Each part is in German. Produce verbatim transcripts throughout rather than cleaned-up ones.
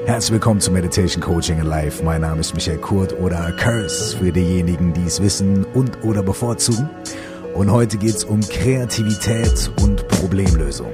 Herzlich willkommen zu Meditation Coaching in Life. Mein Name ist Michael Kurt oder Curse für diejenigen, die es wissen und oder bevorzugen. Und heute geht es um Kreativität und Problemlösung.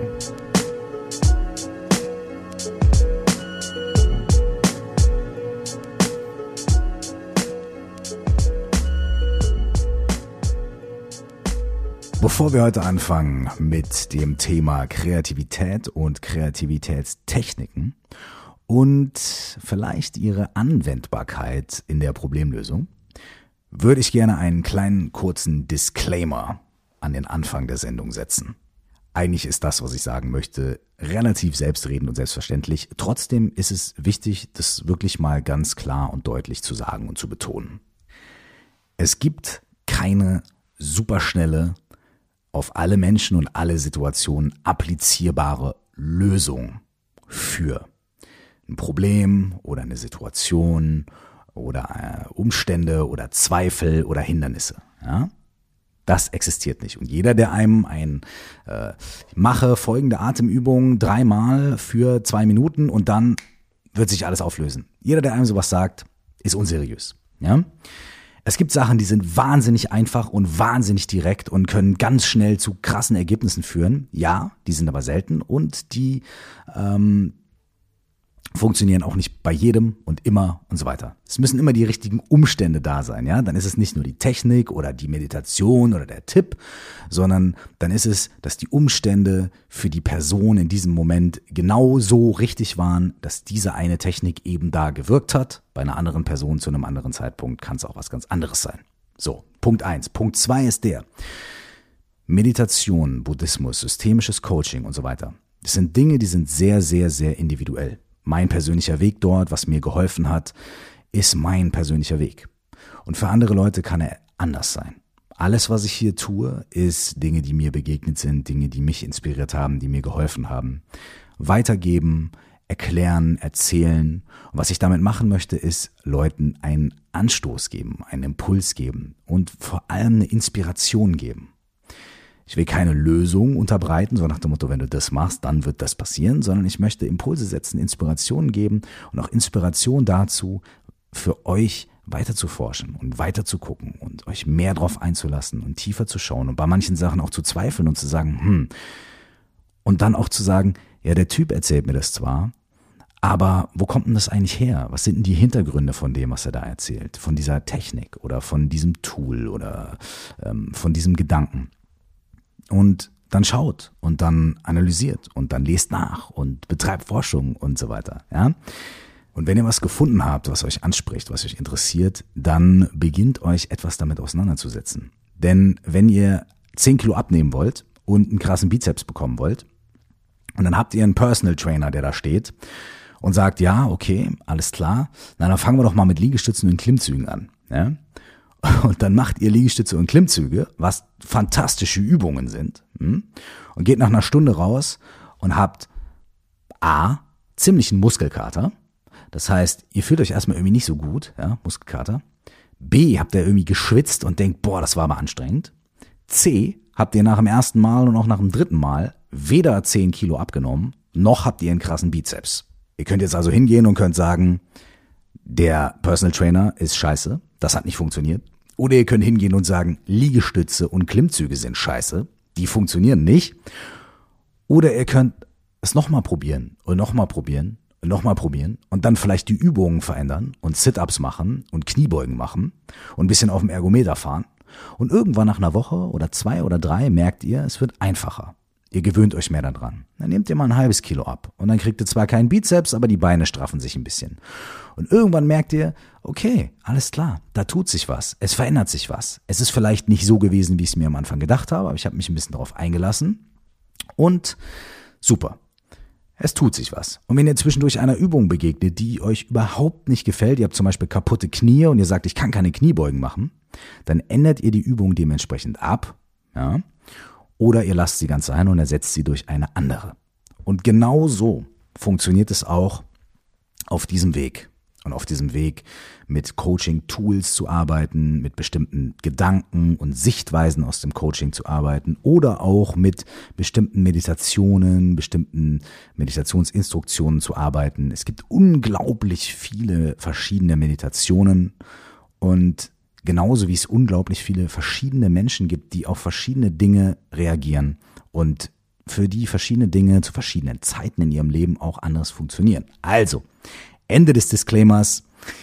Bevor wir heute anfangen mit dem Thema Kreativität und Kreativitätstechniken und vielleicht ihre Anwendbarkeit in der Problemlösung, würde ich gerne einen kleinen kurzen Disclaimer an den Anfang der Sendung setzen. Eigentlich ist das, was ich sagen möchte, relativ selbstredend und selbstverständlich. Trotzdem ist es wichtig, das wirklich mal ganz klar und deutlich zu sagen und zu betonen. Es gibt keine superschnelle, auf alle Menschen und alle Situationen applizierbare Lösung für ein Problem oder eine Situation oder äh, Umstände oder Zweifel oder Hindernisse. Ja? Das existiert nicht. Und jeder, der einem ein äh, mache folgende Atemübung dreimal für zwei Minuten und dann wird sich alles auflösen. Jeder, der einem sowas sagt, ist unseriös. Ja? Es gibt Sachen, die sind wahnsinnig einfach und wahnsinnig direkt und können ganz schnell zu krassen Ergebnissen führen. Ja, die sind aber selten und die ähm, funktionieren auch nicht bei jedem und immer und so weiter. Es müssen immer die richtigen Umstände da sein, ja. Dann ist es nicht nur die Technik oder die Meditation oder der Tipp, sondern dann ist es, dass die Umstände für die Person in diesem Moment genau so richtig waren, dass diese eine Technik eben da gewirkt hat. Bei einer anderen Person zu einem anderen Zeitpunkt kann es auch was ganz anderes sein. So, Punkt eins. Punkt zwei ist der: Meditation, Buddhismus, systemisches Coaching und so weiter. Das sind Dinge, die sind sehr, sehr, sehr individuell. Mein persönlicher Weg dort, was mir geholfen hat, ist mein persönlicher Weg. Und für andere Leute kann er anders sein. Alles, was ich hier tue, ist Dinge, die mir begegnet sind, Dinge, die mich inspiriert haben, die mir geholfen haben. Weitergeben, erklären, erzählen. Und was ich damit machen möchte, ist Leuten einen Anstoß geben, einen Impuls geben und vor allem eine Inspiration geben. Ich will keine Lösung unterbreiten, so nach dem Motto, wenn du das machst, dann wird das passieren, sondern ich möchte Impulse setzen, Inspirationen geben und auch Inspiration dazu, für euch weiter zu forschen und weiter zu gucken und euch mehr drauf einzulassen und tiefer zu schauen und bei manchen Sachen auch zu zweifeln und zu sagen, hm, und dann auch zu sagen, ja, der Typ erzählt mir das zwar, aber wo kommt denn das eigentlich her? Was sind denn die Hintergründe von dem, was er da erzählt? Von dieser Technik oder von diesem Tool oder ähm, von diesem Gedanken? Und dann schaut und dann analysiert und dann lest nach und betreibt Forschung und so weiter. Ja? Und wenn ihr was gefunden habt, was euch anspricht, was euch interessiert, dann beginnt euch etwas damit auseinanderzusetzen. Denn wenn ihr zehn Kilo abnehmen wollt und einen krassen Bizeps bekommen wollt und dann habt ihr einen Personal Trainer, der da steht und sagt, ja, okay, alles klar, na, dann fangen wir doch mal mit Liegestützen und Klimmzügen an. Ja? Und dann macht ihr Liegestütze und Klimmzüge, was fantastische Übungen sind, und geht nach einer Stunde raus und habt A, ziemlichen Muskelkater. Das heißt, ihr fühlt euch erstmal irgendwie nicht so gut, ja, Muskelkater. B, habt ihr irgendwie geschwitzt und denkt, boah, das war aber anstrengend. C, habt ihr nach dem ersten Mal und auch nach dem dritten Mal weder zehn Kilo abgenommen, noch habt ihr einen krassen Bizeps. Ihr könnt jetzt also hingehen und könnt sagen, der Personal Trainer ist scheiße, das hat nicht funktioniert. Oder ihr könnt hingehen und sagen, Liegestütze und Klimmzüge sind scheiße, die funktionieren nicht. Oder ihr könnt es nochmal probieren und nochmal probieren und nochmal probieren und dann vielleicht die Übungen verändern und Sit-Ups machen und Kniebeugen machen und ein bisschen auf dem Ergometer fahren. Und irgendwann nach einer Woche oder zwei oder drei merkt ihr, es wird einfacher. Ihr gewöhnt euch mehr daran. Dann nehmt ihr mal ein halbes Kilo ab und dann kriegt ihr zwar keinen Bizeps, aber die Beine straffen sich ein bisschen. Und irgendwann merkt ihr, okay, alles klar, da tut sich was, es verändert sich was. Es ist vielleicht nicht so gewesen, wie ich es mir am Anfang gedacht habe, aber ich habe mich ein bisschen darauf eingelassen und super, es tut sich was. Und wenn ihr zwischendurch einer Übung begegnet, die euch überhaupt nicht gefällt, ihr habt zum Beispiel kaputte Knie und ihr sagt, ich kann keine Kniebeugen machen, dann ändert ihr die Übung dementsprechend ab, ja, oder ihr lasst sie ganz sein und ersetzt sie durch eine andere. Und genau so funktioniert es auch auf diesem Weg. Und auf diesem Weg mit Coaching-Tools zu arbeiten, mit bestimmten Gedanken und Sichtweisen aus dem Coaching zu arbeiten oder auch mit bestimmten Meditationen, bestimmten Meditationsinstruktionen zu arbeiten. Es gibt unglaublich viele verschiedene Meditationen und genauso wie es unglaublich viele verschiedene Menschen gibt, die auf verschiedene Dinge reagieren und für die verschiedene Dinge zu verschiedenen Zeiten in ihrem Leben auch anders funktionieren. Also, Ende des Disclaimers.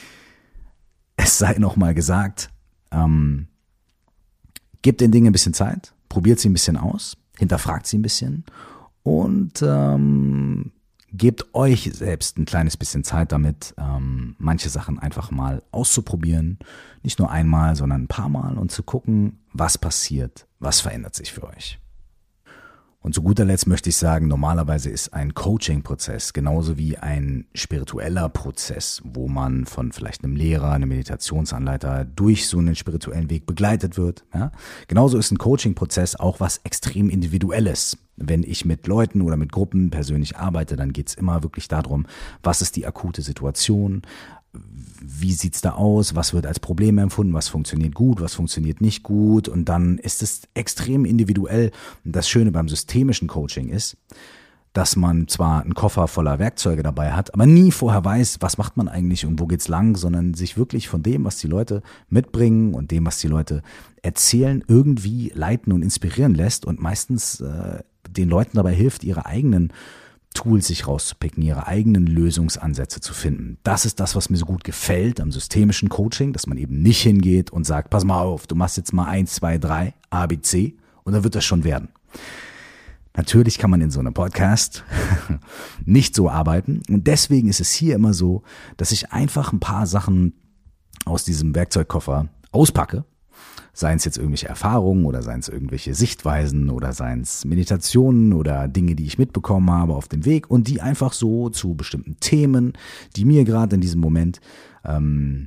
Es sei nochmal gesagt, ähm, gebt den Dingen ein bisschen Zeit, probiert sie ein bisschen aus, hinterfragt sie ein bisschen und ähm, gebt euch selbst ein kleines bisschen Zeit damit, ähm, manche Sachen einfach mal auszuprobieren. Nicht nur einmal, sondern ein paar Mal und zu gucken, was passiert, was verändert sich für euch. Und zu guter Letzt möchte ich sagen, normalerweise ist ein Coaching-Prozess genauso wie ein spiritueller Prozess, wo man von vielleicht einem Lehrer, einem Meditationsanleiter durch so einen spirituellen Weg begleitet wird. Ja? Genauso ist ein Coaching-Prozess auch was extrem Individuelles. Wenn ich mit Leuten oder mit Gruppen persönlich arbeite, dann geht es immer wirklich darum, was ist die akute Situation, wie sieht's da aus, was wird als Problem empfunden, was funktioniert gut, was funktioniert nicht gut und dann ist es extrem individuell. Und das Schöne beim systemischen Coaching ist, dass man zwar einen Koffer voller Werkzeuge dabei hat, aber nie vorher weiß, was macht man eigentlich und wo geht's lang, sondern sich wirklich von dem, was die Leute mitbringen und dem, was die Leute erzählen, irgendwie leiten und inspirieren lässt und meistens äh, den Leuten dabei hilft, ihre eigenen Tools sich rauszupicken, ihre eigenen Lösungsansätze zu finden. Das ist das, was mir so gut gefällt am systemischen Coaching, dass man eben nicht hingeht und sagt, pass mal auf, du machst jetzt mal eins, zwei, drei, A, B, C und dann wird das schon werden. Natürlich kann man in so einem Podcast nicht so arbeiten und deswegen ist es hier immer so, dass ich einfach ein paar Sachen aus diesem Werkzeugkoffer auspacke. Seien es jetzt irgendwelche Erfahrungen oder seien es irgendwelche Sichtweisen oder seien es Meditationen oder Dinge, die ich mitbekommen habe auf dem Weg und die einfach so zu bestimmten Themen, die mir gerade in diesem Moment ähm,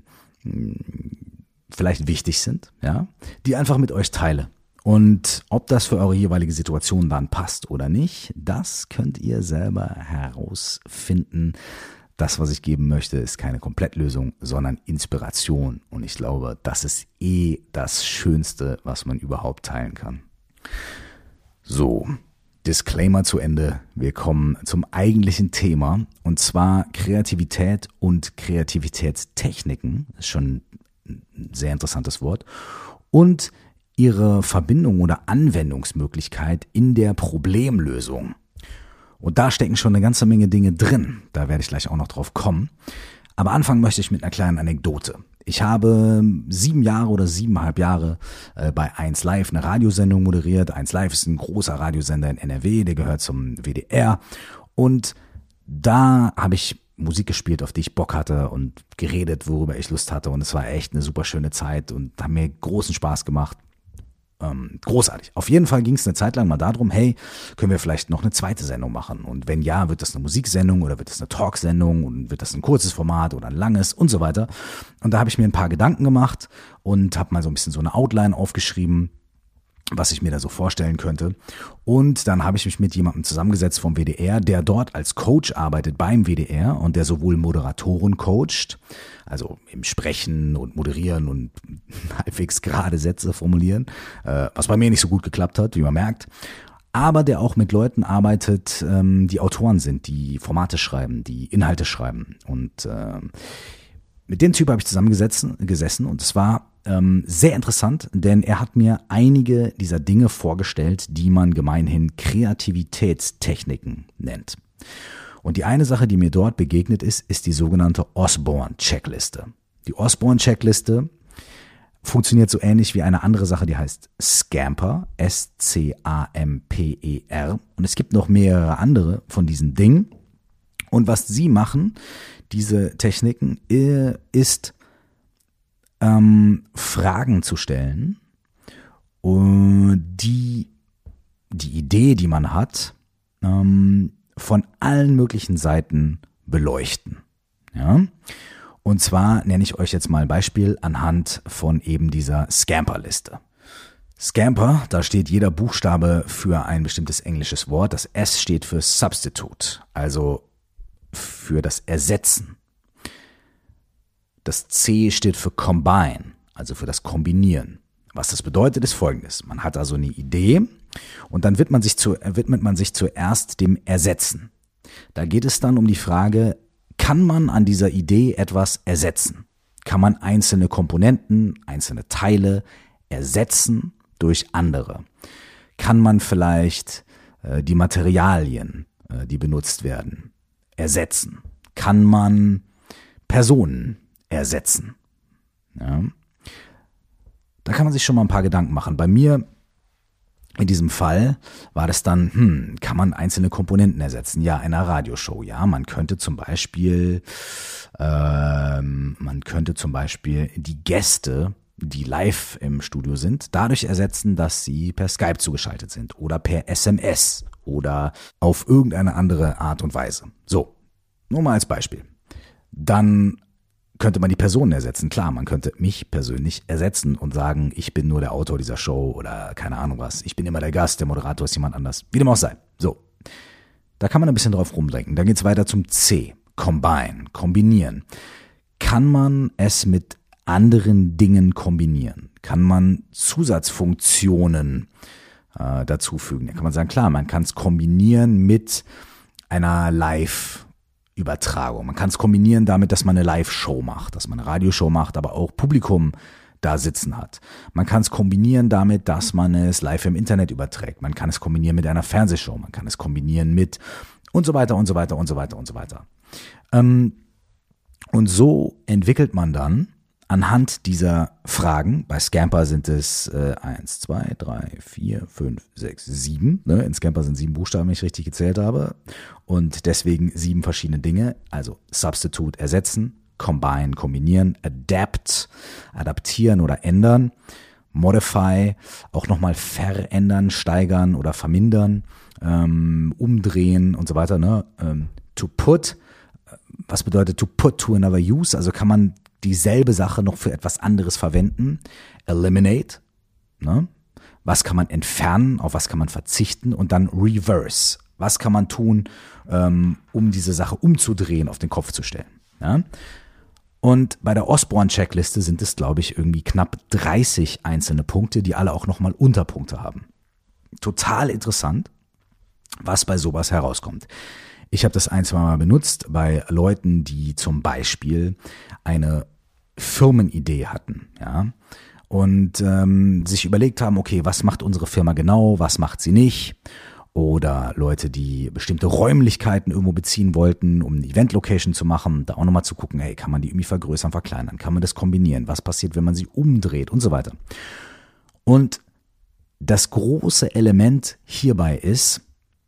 vielleicht wichtig sind, ja, die einfach mit euch teile. Und ob das für eure jeweilige Situation dann passt oder nicht, das könnt ihr selber herausfinden. Das, was ich geben möchte, ist keine Komplettlösung, sondern Inspiration. Und ich glaube, das ist eh das Schönste, was man überhaupt teilen kann. So, Disclaimer zu Ende. Wir kommen zum eigentlichen Thema. Und zwar Kreativität und Kreativitätstechniken. Das ist schon ein sehr interessantes Wort. Und ihre Verbindung oder Anwendungsmöglichkeit in der Problemlösung. Und da stecken schon eine ganze Menge Dinge drin. Da werde ich gleich auch noch drauf kommen. Aber anfangen möchte ich mit einer kleinen Anekdote. Ich habe sieben Jahre oder siebeneinhalb Jahre äh, bei eins Live eine Radiosendung moderiert. eins Live ist ein großer Radiosender in N R W, der gehört zum W D R. Und da habe ich Musik gespielt, auf die ich Bock hatte und geredet, worüber ich Lust hatte. Und es war echt eine super schöne Zeit und hat mir großen Spaß gemacht. Ähm, großartig. Auf jeden Fall ging es eine Zeit lang mal darum, hey, können wir vielleicht noch eine zweite Sendung machen? Und wenn ja, wird das eine Musiksendung oder wird das eine Talksendung und wird das ein kurzes Format oder ein langes und so weiter. Und da habe ich mir ein paar Gedanken gemacht und habe mal so ein bisschen so eine Outline aufgeschrieben, was ich mir da so vorstellen könnte. Und dann habe ich mich mit jemandem zusammengesetzt vom W D R, der dort als Coach arbeitet beim W D R und der sowohl Moderatoren coacht, also im Sprechen und Moderieren und halbwegs gerade Sätze formulieren, äh, was bei mir nicht so gut geklappt hat, wie man merkt, aber der auch mit Leuten arbeitet, ähm, die Autoren sind, die Formate schreiben, die Inhalte schreiben. Und äh, mit dem Typ habe ich zusammengesessen gesessen und es war ähm, sehr interessant, denn er hat mir einige dieser Dinge vorgestellt, die man gemeinhin Kreativitätstechniken nennt. Und die eine Sache, die mir dort begegnet ist, ist die sogenannte Osborne-Checkliste. Die Osborne-Checkliste funktioniert so ähnlich wie eine andere Sache, die heißt Scamper, S C A M P E R. Und es gibt noch mehrere andere von diesen Dingen. Und was sie machen, diese Techniken, ist ähm, Fragen zu stellen und die, die Idee, die man hat, ähm, von allen möglichen Seiten beleuchten. Ja? Und zwar nenne ich euch jetzt mal ein Beispiel anhand von eben dieser Scamper-Liste. Scamper, da steht jeder Buchstabe für ein bestimmtes englisches Wort. Das S steht für Substitute, also für das Ersetzen. Das C steht für Combine, also für das Kombinieren. Was das bedeutet, ist Folgendes. Man hat also eine Idee und dann widmet man sich, zu, widmet man sich zuerst dem Ersetzen. Da geht es dann um die Frage, kann man an dieser Idee etwas ersetzen? Kann man einzelne Komponenten, einzelne Teile ersetzen durch andere? Kann man vielleicht äh, die Materialien, äh, die benutzt werden, ersetzen? Kann man Personen ersetzen? Ja. Da kann man sich schon mal ein paar Gedanken machen. Bei mir in diesem Fall war das dann, hm, kann man einzelne Komponenten ersetzen? Ja, in einer Radioshow. Ja, man könnte zum Beispiel, ähm, man könnte zum Beispiel die Gäste, die live im Studio sind, dadurch ersetzen, dass sie per Skype zugeschaltet sind oder per S M S oder auf irgendeine andere Art und Weise. So, nur mal als Beispiel. Dann könnte man die Personen ersetzen. Klar, man könnte mich persönlich ersetzen und sagen, ich bin nur der Autor dieser Show oder keine Ahnung was. Ich bin immer der Gast, der Moderator ist jemand anders. Wie dem auch sei. So, da kann man ein bisschen drauf rumdenken. Dann geht's weiter zum C. Combine, kombinieren. Kann man es mit anderen Dingen kombinieren? Kann man Zusatzfunktionen äh, dazufügen? Da kann man sagen, klar, man kann es kombinieren mit einer Live- Übertragung. Man kann es kombinieren damit, dass man eine Live-Show macht, dass man eine Radioshow macht, aber auch Publikum da sitzen hat. Man kann es kombinieren damit, dass man es live im Internet überträgt. Man kann es kombinieren mit einer Fernsehshow. Man kann es kombinieren mit und so weiter und so weiter und so weiter und so weiter. Ähm, und so entwickelt man dann anhand dieser Fragen, bei Scamper sind es äh, eins, zwei, drei, vier, fünf, sechs, sieben. Ne? In Scamper sind sieben Buchstaben, wenn ich richtig gezählt habe. Und deswegen sieben verschiedene Dinge. Also Substitute ersetzen, Combine kombinieren, Adapt adaptieren oder ändern, Modify auch nochmal verändern, steigern oder vermindern, ähm, umdrehen und so weiter. Ne? Ähm, to put, was bedeutet to put to another use? Also kann man dieselbe Sache noch für etwas anderes verwenden. Eliminate, ne? Was kann man entfernen, auf was kann man verzichten und dann Reverse. Was kann man tun, ähm, um diese Sache umzudrehen, auf den Kopf zu stellen. Ja? Und bei der Osborne-Checkliste sind es, glaube ich, irgendwie knapp dreißig einzelne Punkte, die alle auch nochmal Unterpunkte haben. Total interessant, was bei sowas herauskommt. Ich habe das ein, zwei Mal benutzt bei Leuten, die zum Beispiel eine Firmenidee hatten, ja, und ähm, sich überlegt haben, okay, was macht unsere Firma genau, was macht sie nicht? Oder Leute, die bestimmte Räumlichkeiten irgendwo beziehen wollten, um eine Event-Location zu machen, da auch nochmal zu gucken, hey, kann man die irgendwie vergrößern, verkleinern, kann man das kombinieren, was passiert, wenn man sie umdreht und so weiter. Und das große Element hierbei ist,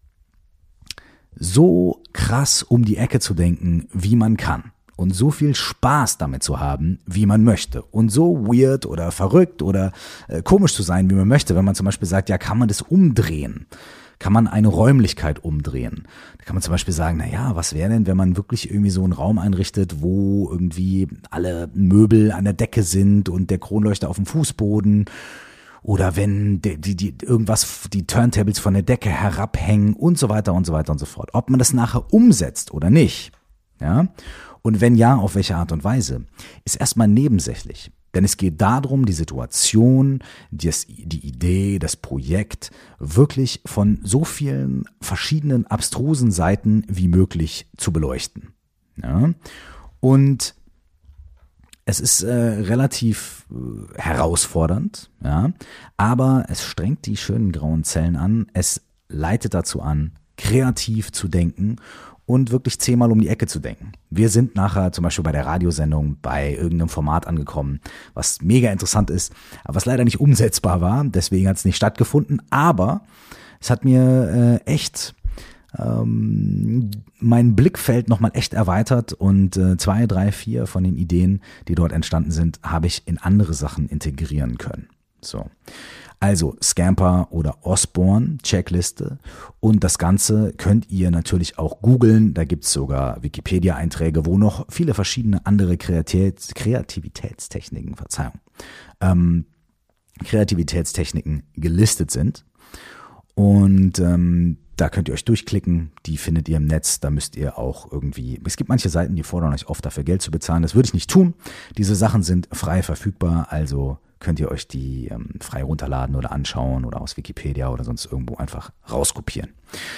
so krass um die Ecke zu denken, wie man kann. Und so viel Spaß damit zu haben, wie man möchte. Und so weird oder verrückt oder äh, komisch zu sein, wie man möchte. Wenn man zum Beispiel sagt, ja, kann man das umdrehen? Kann man eine Räumlichkeit umdrehen? Da kann man zum Beispiel sagen, na ja, was wäre denn, wenn man wirklich irgendwie so einen Raum einrichtet, wo irgendwie alle Möbel an der Decke sind und der Kronleuchter auf dem Fußboden? Oder wenn die, die, die irgendwas, die Turntables von der Decke herabhängen und so weiter und so weiter und so fort. Ob man das nachher umsetzt oder nicht, ja? Und wenn ja, auf welche Art und Weise, ist erstmal nebensächlich. Denn es geht darum, die Situation, das, die Idee, das Projekt wirklich von so vielen verschiedenen abstrusen Seiten wie möglich zu beleuchten. Ja? Und es ist äh, relativ äh, herausfordernd, ja, aber es strengt die schönen grauen Zellen an. Es leitet dazu an, kreativ zu denken und wirklich zehnmal um die Ecke zu denken. Wir sind nachher zum Beispiel bei der Radiosendung bei irgendeinem Format angekommen, was mega interessant ist, aber was leider nicht umsetzbar war. Deswegen hat es nicht stattgefunden, aber es hat mir äh, echt ähm, mein Blickfeld nochmal echt erweitert und äh, zwei, drei, vier von den Ideen, die dort entstanden sind, habe ich in andere Sachen integrieren können. So. Also Scamper oder Osborne Checkliste und das Ganze könnt ihr natürlich auch googeln, da gibt's sogar Wikipedia-Einträge, wo noch viele verschiedene andere Kreativität, Kreativitätstechniken, Verzeihung, ähm, Kreativitätstechniken gelistet sind und ähm, Da könnt ihr euch durchklicken, die findet ihr im Netz, da müsst ihr auch irgendwie, es gibt manche Seiten, die fordern euch oft dafür Geld zu bezahlen, das würde ich nicht tun. Diese Sachen sind frei verfügbar, also könnt ihr euch die ähm, frei runterladen oder anschauen oder aus Wikipedia oder sonst irgendwo einfach rauskopieren.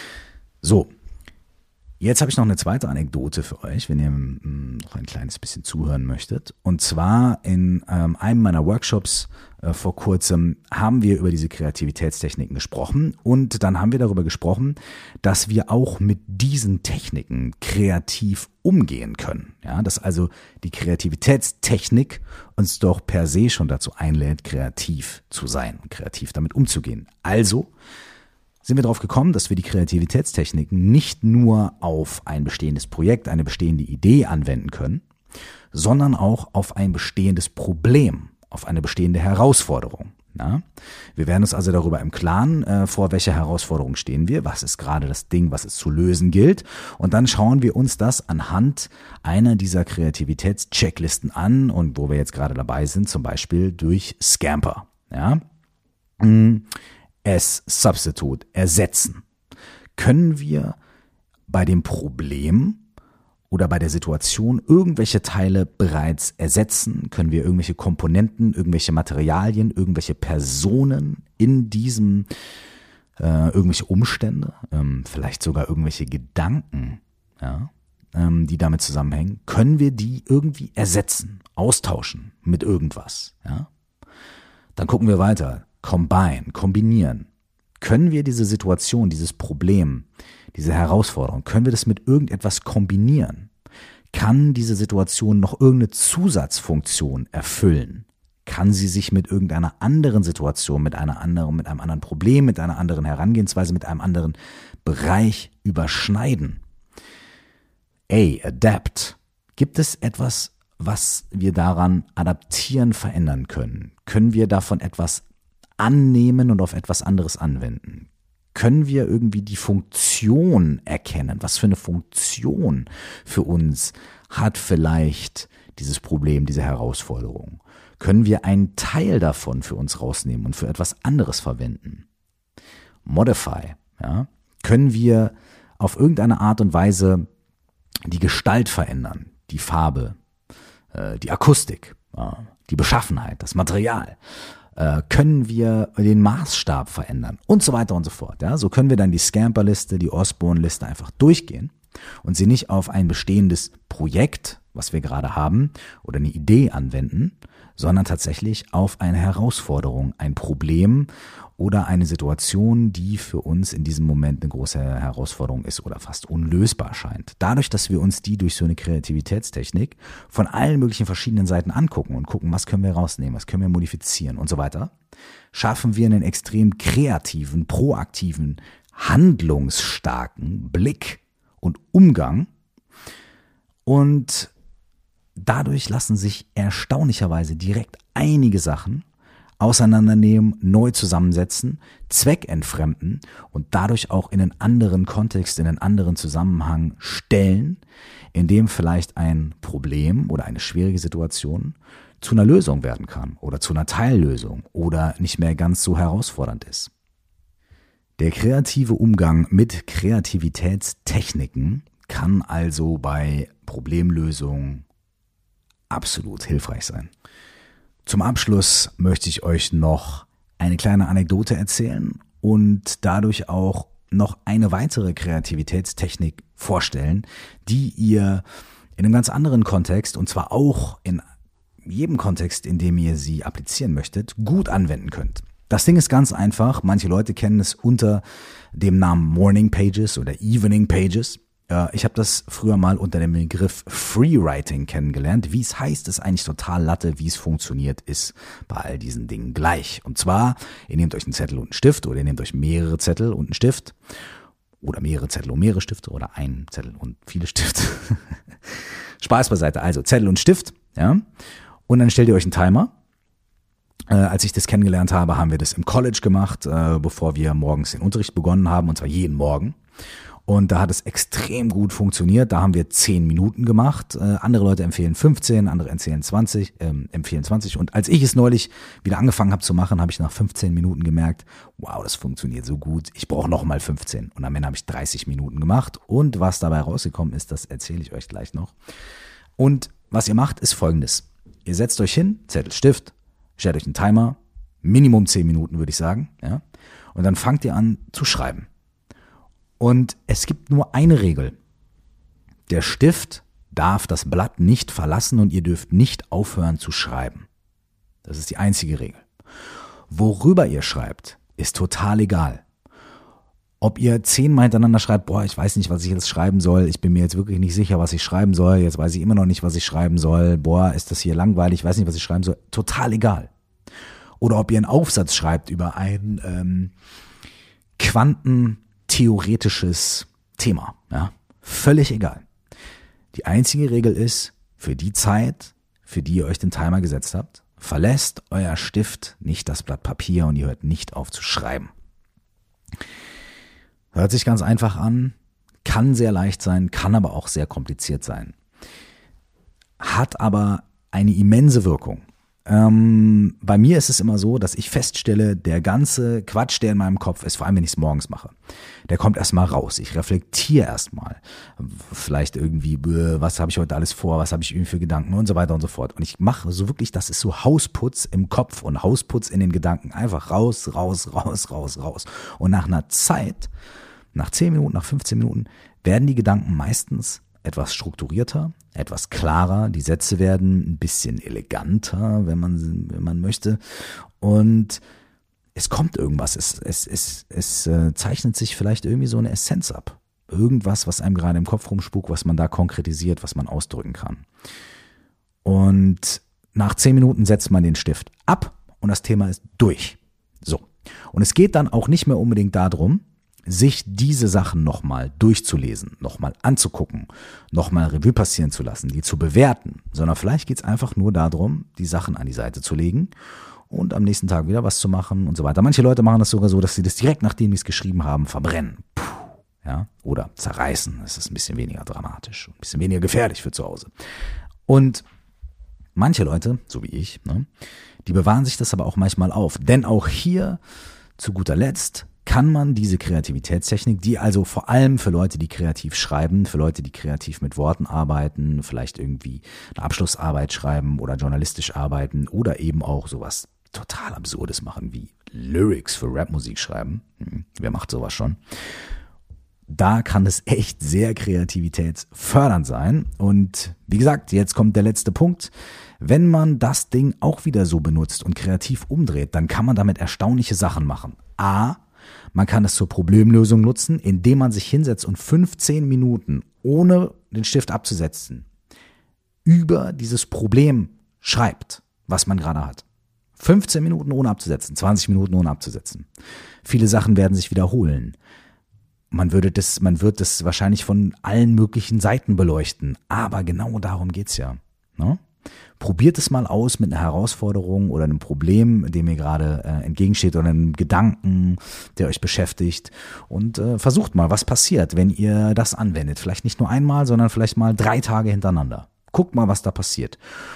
So, jetzt habe ich noch eine zweite Anekdote für euch, wenn ihr ähm, noch ein kleines bisschen zuhören möchtet. Und zwar in ähm, einem meiner Workshops äh, vor kurzem haben wir über diese Kreativitätstechniken gesprochen und dann haben wir darüber gesprochen, dass wir auch mit diesen Techniken kreativ umgehen können. Ja, dass also die Kreativitätstechnik uns doch per se schon dazu einlädt, kreativ zu sein und kreativ damit umzugehen. Also sind wir darauf gekommen, dass wir die Kreativitätstechniken nicht nur auf ein bestehendes Projekt, eine bestehende Idee anwenden können, sondern auch auf ein bestehendes Problem, auf eine bestehende Herausforderung. Ja? Wir werden uns also darüber im Klaren, äh, vor welcher Herausforderung stehen wir, was ist gerade das Ding, was es zu lösen gilt, und dann schauen wir uns das anhand einer dieser Kreativitätschecklisten an, und wo wir jetzt gerade dabei sind, zum Beispiel durch Scamper. Ja? Mhm. As Substitute, ersetzen. Können wir bei dem Problem oder bei der Situation irgendwelche Teile bereits ersetzen? Können wir irgendwelche Komponenten, irgendwelche Materialien, irgendwelche Personen in diesem, äh, irgendwelche Umstände, ähm, vielleicht sogar irgendwelche Gedanken, ja, ähm, die damit zusammenhängen, können wir die irgendwie ersetzen, austauschen mit irgendwas? Ja? Dann gucken wir weiter. Combine, kombinieren. Können wir diese Situation, dieses Problem, diese Herausforderung, können wir das mit irgendetwas kombinieren? Kann diese Situation noch irgendeine Zusatzfunktion erfüllen? Kann sie sich mit irgendeiner anderen Situation, mit einer anderen, mit einem anderen Problem, mit einer anderen Herangehensweise, mit einem anderen Bereich überschneiden? A, adapt. Gibt es etwas, was wir daran adaptieren, verändern können? Können wir davon etwas annehmen und auf etwas anderes anwenden? Können wir irgendwie die Funktion erkennen? Was für eine Funktion für uns hat vielleicht dieses Problem, diese Herausforderung? Können wir einen Teil davon für uns rausnehmen und für etwas anderes verwenden? Modify, ja? Können wir auf irgendeine Art und Weise die Gestalt verändern, die Farbe, äh, die Akustik, äh, die Beschaffenheit, das Material? Äh, können wir den Maßstab verändern und so weiter und so fort. Ja? So können wir dann die Scamper-Liste, die Osborne-Liste einfach durchgehen und sie nicht auf ein bestehendes Projekt, was wir gerade haben, oder eine Idee anwenden, sondern tatsächlich auf eine Herausforderung, ein Problem oder eine Situation, die für uns in diesem Moment eine große Herausforderung ist oder fast unlösbar scheint. Dadurch, dass wir uns die durch so eine Kreativitätstechnik von allen möglichen verschiedenen Seiten angucken und gucken, was können wir rausnehmen, was können wir modifizieren und so weiter, schaffen wir einen extrem kreativen, proaktiven, handlungsstarken Blick und Umgang, und dadurch lassen sich erstaunlicherweise direkt einige Sachen auseinandernehmen, neu zusammensetzen, zweckentfremden und dadurch auch in einen anderen Kontext, in einen anderen Zusammenhang stellen, in dem vielleicht ein Problem oder eine schwierige Situation zu einer Lösung werden kann oder zu einer Teillösung oder nicht mehr ganz so herausfordernd ist. Der kreative Umgang mit Kreativitätstechniken kann also bei Problemlösung absolut hilfreich sein. Zum Abschluss möchte ich euch noch eine kleine Anekdote erzählen und dadurch auch noch eine weitere Kreativitätstechnik vorstellen, die ihr in einem ganz anderen Kontext, und zwar auch in jedem Kontext, in dem ihr sie applizieren möchtet, gut anwenden könnt. Das Ding ist ganz einfach. Manche Leute kennen es unter dem Namen Morning Pages oder Evening Pages. Ich habe das früher mal unter dem Begriff Freewriting kennengelernt. Wie es heißt, ist eigentlich total Latte. Wie es funktioniert, ist bei all diesen Dingen gleich. Und zwar, ihr nehmt euch einen Zettel und einen Stift, oder ihr nehmt euch mehrere Zettel und einen Stift, oder mehrere Zettel und mehrere Stifte, oder einen Zettel und viele Stifte. Spaß beiseite. Also Zettel und Stift, ja. Und dann stellt ihr euch einen Timer. Äh, als ich das kennengelernt habe, haben wir das im College gemacht, äh, bevor wir morgens den Unterricht begonnen haben, und zwar jeden Morgen. Und da hat es extrem gut funktioniert. Da haben wir zehn Minuten gemacht. Äh, andere Leute empfehlen fünfzehn, andere empfehlen zwanzig, ähm, empfehlen zwanzig. Und als ich es neulich wieder angefangen habe zu machen, habe ich nach fünfzehn Minuten gemerkt, wow, das funktioniert so gut. Ich brauche noch mal fünfzehn. Und am Ende habe ich dreißig Minuten gemacht. Und was dabei rausgekommen ist, das erzähle ich euch gleich noch. Und was ihr macht, ist Folgendes. Ihr setzt euch hin, Zettel, Stift, stellt euch einen Timer, Minimum zehn Minuten würde ich sagen, ja. Und dann fangt ihr an zu schreiben. Und es gibt nur eine Regel. Der Stift darf das Blatt nicht verlassen und ihr dürft nicht aufhören zu schreiben. Das ist die einzige Regel. Worüber ihr schreibt, ist total egal. Ob ihr zehnmal hintereinander schreibt, boah, ich weiß nicht, was ich jetzt schreiben soll, ich bin mir jetzt wirklich nicht sicher, was ich schreiben soll, jetzt weiß ich immer noch nicht, was ich schreiben soll, boah, ist das hier langweilig, ich weiß nicht, was ich schreiben soll, total egal. Oder ob ihr einen Aufsatz schreibt über ein ähm, quantentheoretisches Thema, ja, völlig egal. Die einzige Regel ist, für die Zeit, für die ihr euch den Timer gesetzt habt, verlässt euer Stift nicht das Blatt Papier und ihr hört nicht auf zu schreiben. Hört sich ganz einfach an, kann sehr leicht sein, kann aber auch sehr kompliziert sein. Hat aber eine immense Wirkung. Ähm, bei mir ist es immer so, dass ich feststelle, der ganze Quatsch, der in meinem Kopf ist, vor allem wenn ich es morgens mache, der kommt erstmal raus. Ich reflektiere erstmal. Vielleicht irgendwie, was habe ich heute alles vor, was habe ich irgendwie für Gedanken und so weiter und so fort. Und ich mache so wirklich, das ist so Hausputz im Kopf und Hausputz in den Gedanken. Einfach raus, raus, raus, raus, raus. Und nach einer Zeit, nach zehn Minuten, nach fünfzehn Minuten, werden die Gedanken meistens etwas strukturierter, etwas klarer, die Sätze werden ein bisschen eleganter, wenn man wenn man möchte, und es kommt irgendwas, es es es es äh, zeichnet sich vielleicht irgendwie so eine Essenz ab, irgendwas, was einem gerade im Kopf rumspukt, was man da konkretisiert, was man ausdrücken kann. Und nach zehn Minuten setzt man den Stift ab und das Thema ist durch. So, und es geht dann auch nicht mehr unbedingt darum, sich diese Sachen nochmal durchzulesen, nochmal anzugucken, nochmal Revue passieren zu lassen, die zu bewerten, sondern vielleicht geht es einfach nur darum, die Sachen an die Seite zu legen und am nächsten Tag wieder was zu machen und so weiter. Manche Leute machen das sogar so, dass sie das direkt, nachdem sie es geschrieben haben, verbrennen. Puh, ja, oder zerreißen. Das ist ein bisschen weniger dramatisch, ein bisschen weniger gefährlich für zu Hause. Und manche Leute, so wie ich, ne, die bewahren sich das aber auch manchmal auf. Denn auch hier, zu guter Letzt, kann man diese Kreativitätstechnik, die also vor allem für Leute, die kreativ schreiben, für Leute, die kreativ mit Worten arbeiten, vielleicht irgendwie eine Abschlussarbeit schreiben oder journalistisch arbeiten oder eben auch sowas total Absurdes machen wie Lyrics für Rapmusik schreiben. Hm, wer macht sowas schon? Da kann es echt sehr kreativitätsfördernd sein. Und wie gesagt, jetzt kommt der letzte Punkt. Wenn man das Ding auch wieder so benutzt und kreativ umdreht, dann kann man damit erstaunliche Sachen machen. A, man kann es zur Problemlösung nutzen, indem man sich hinsetzt und fünfzehn Minuten, ohne den Stift abzusetzen, über dieses Problem schreibt, was man gerade hat. fünfzehn Minuten ohne abzusetzen, zwanzig Minuten ohne abzusetzen. Viele Sachen werden sich wiederholen. Man würde das, man wird das wahrscheinlich von allen möglichen Seiten beleuchten, aber genau darum geht's ja, ne? Probiert es mal aus mit einer Herausforderung oder einem Problem, dem ihr gerade äh, entgegensteht, oder einem Gedanken, der euch beschäftigt, und äh, versucht mal, was passiert, wenn ihr das anwendet. Vielleicht nicht nur einmal, sondern vielleicht mal drei Tage hintereinander. Guckt mal, was da passiert.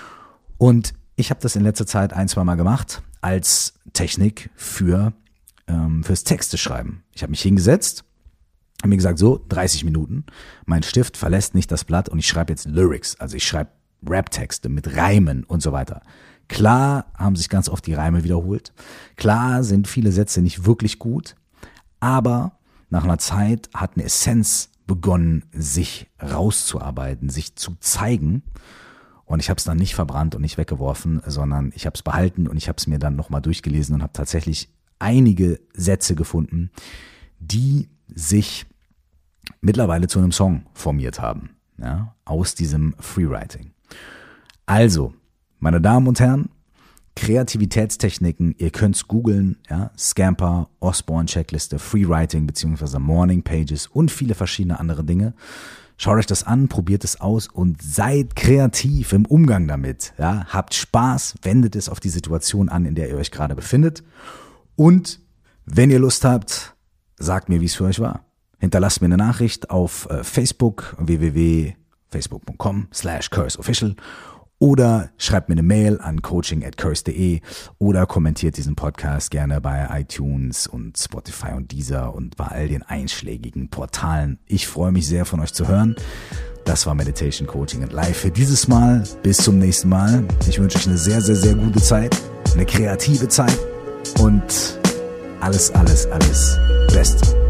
Und ich habe das in letzter Zeit ein, zwei Mal gemacht als Technik für ähm, fürs Texte schreiben. Ich habe mich hingesetzt, habe mir gesagt, so dreißig Minuten, mein Stift verlässt nicht das Blatt und ich schreibe jetzt Lyrics, also ich schreibe Rap-Texte mit Reimen und so weiter. Klar haben sich ganz oft die Reime wiederholt. Klar sind viele Sätze nicht wirklich gut. Aber nach einer Zeit hat eine Essenz begonnen, sich rauszuarbeiten, sich zu zeigen. Und ich habe es dann nicht verbrannt und nicht weggeworfen, sondern ich habe es behalten und ich habe es mir dann nochmal durchgelesen und habe tatsächlich einige Sätze gefunden, die sich mittlerweile zu einem Song formiert haben, ja, aus diesem Freewriting. Also, meine Damen und Herren, Kreativitätstechniken, ihr könnt's googeln, ja, Scamper, Osborne-Checkliste, Freewriting bzw. Morning Pages und viele verschiedene andere Dinge. Schaut euch das an, probiert es aus und seid kreativ im Umgang damit. Ja, habt Spaß, wendet es auf die Situation an, in der ihr euch gerade befindet. Und wenn ihr Lust habt, sagt mir, wie es für euch war. Hinterlasst mir eine Nachricht auf äh, Facebook, w w w punkt facebook punkt com slash curseofficial, oder schreibt mir eine Mail an coaching at curse punkt de oder kommentiert diesen Podcast gerne bei iTunes und Spotify und Deezer und bei all den einschlägigen Portalen. Ich freue mich sehr, von euch zu hören. Das war Meditation, Coaching and Life für dieses Mal. Bis zum nächsten Mal. Ich wünsche euch eine sehr, sehr, sehr gute Zeit, eine kreative Zeit und alles, alles, alles Beste.